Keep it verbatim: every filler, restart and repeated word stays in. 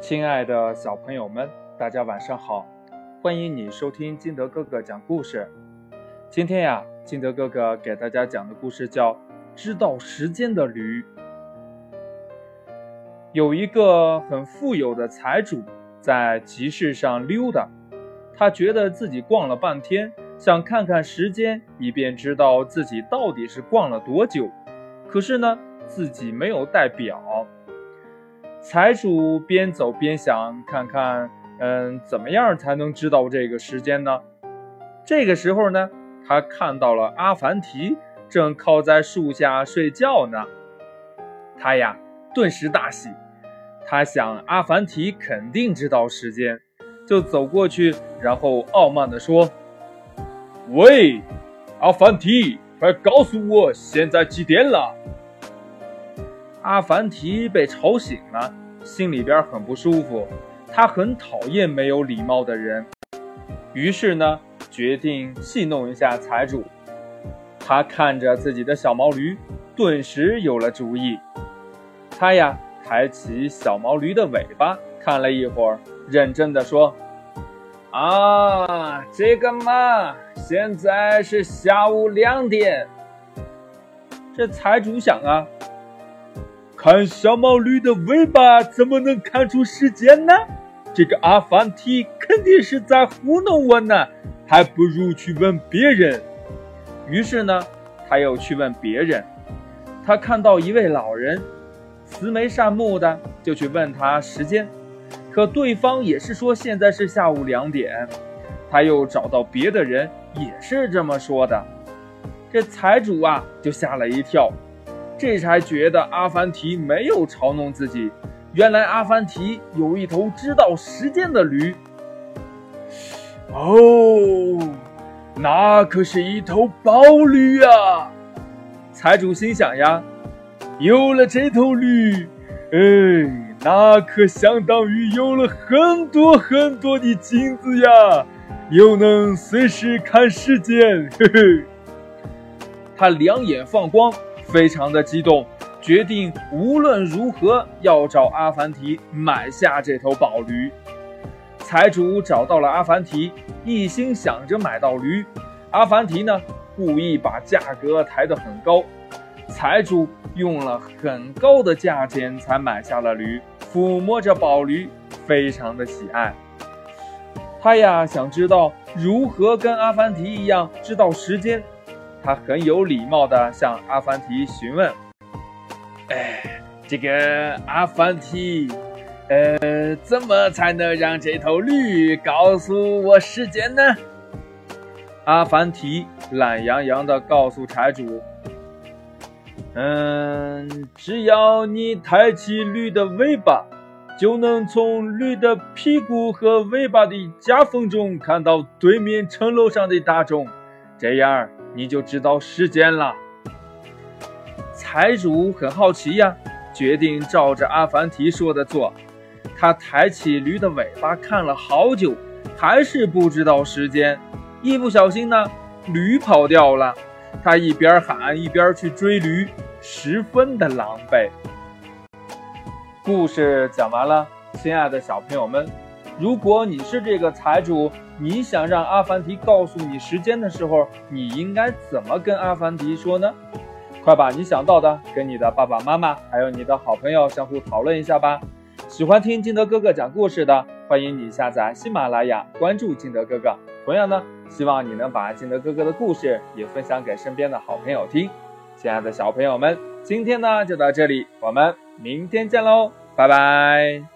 亲爱的小朋友们，大家晚上好，欢迎你收听金德哥哥讲故事。今天呀，金德哥哥给大家讲的故事叫《知道时间的驴》。有一个很富有的财主在集市上溜达，他觉得自己逛了半天，想看看时间，以便知道自己到底是逛了多久。可是呢，自己没有带表。财主边走边想，看看嗯，怎么样才能知道这个时间呢？这个时候呢，他看到了阿凡提正靠在树下睡觉呢。他呀顿时大喜，他想阿凡提肯定知道时间，就走过去，然后傲慢地说：喂，阿凡提，快告诉我现在几点了？阿凡提被吵醒了，心里边很不舒服，他很讨厌没有礼貌的人，于是呢，决定戏弄一下财主。他看着自己的小毛驴，顿时有了主意。他呀，抬起小毛驴的尾巴，看了一会儿，认真地说：啊，这个嘛，现在是下午两点。这财主想啊，看小毛驴的尾巴怎么能看出时间呢？这个阿凡提肯定是在糊弄我呢，还不如去问别人。于是呢，他又去问别人。他看到一位老人，慈眉善目的，就去问他时间。可对方也是说现在是下午两点。他又找到别的人，也是这么说的。这财主啊，就吓了一跳。这才觉得阿凡提没有嘲弄自己，原来阿凡提有一头知道时间的驴。哦，那可是一头宝驴啊！财主心想呀，有了这头驴，哎，那可相当于有了很多很多的金子呀，又能随时看时间，嘿嘿。他两眼放光，非常的激动，决定无论如何要找阿凡提买下这头宝驴。财主找到了阿凡提，一心想着买到驴。阿凡提呢，故意把价格抬得很高，财主用了很高的价钱才买下了驴，抚摸着宝驴，非常的喜爱。他呀想知道如何跟阿凡提一样知道时间。他很有礼貌地向阿凡提询问：哎，这个阿凡提，呃，怎么才能让这头驴告诉我时间呢？阿凡提懒洋洋地告诉财主：嗯，只要你抬起驴的尾巴，就能从驴的屁股和尾巴的夹缝中看到对面城楼上的大钟，这样你就知道时间了。财主很好奇呀，决定照着阿凡提说的做。他抬起驴的尾巴看了好久，还是不知道时间。一不小心呢，驴跑掉了。他一边喊一边去追驴，十分的狼狈。故事讲完了，亲爱的小朋友们，如果你是这个财主，你想让阿凡提告诉你时间的时候，你应该怎么跟阿凡提说呢？快把你想到的跟你的爸爸妈妈还有你的好朋友相互讨论一下吧。喜欢听金德哥哥讲故事的，欢迎你下载喜马拉雅，关注金德哥哥。同样呢，希望你能把金德哥哥的故事也分享给身边的好朋友听。亲爱的小朋友们，今天呢就到这里，我们明天见喽，拜拜。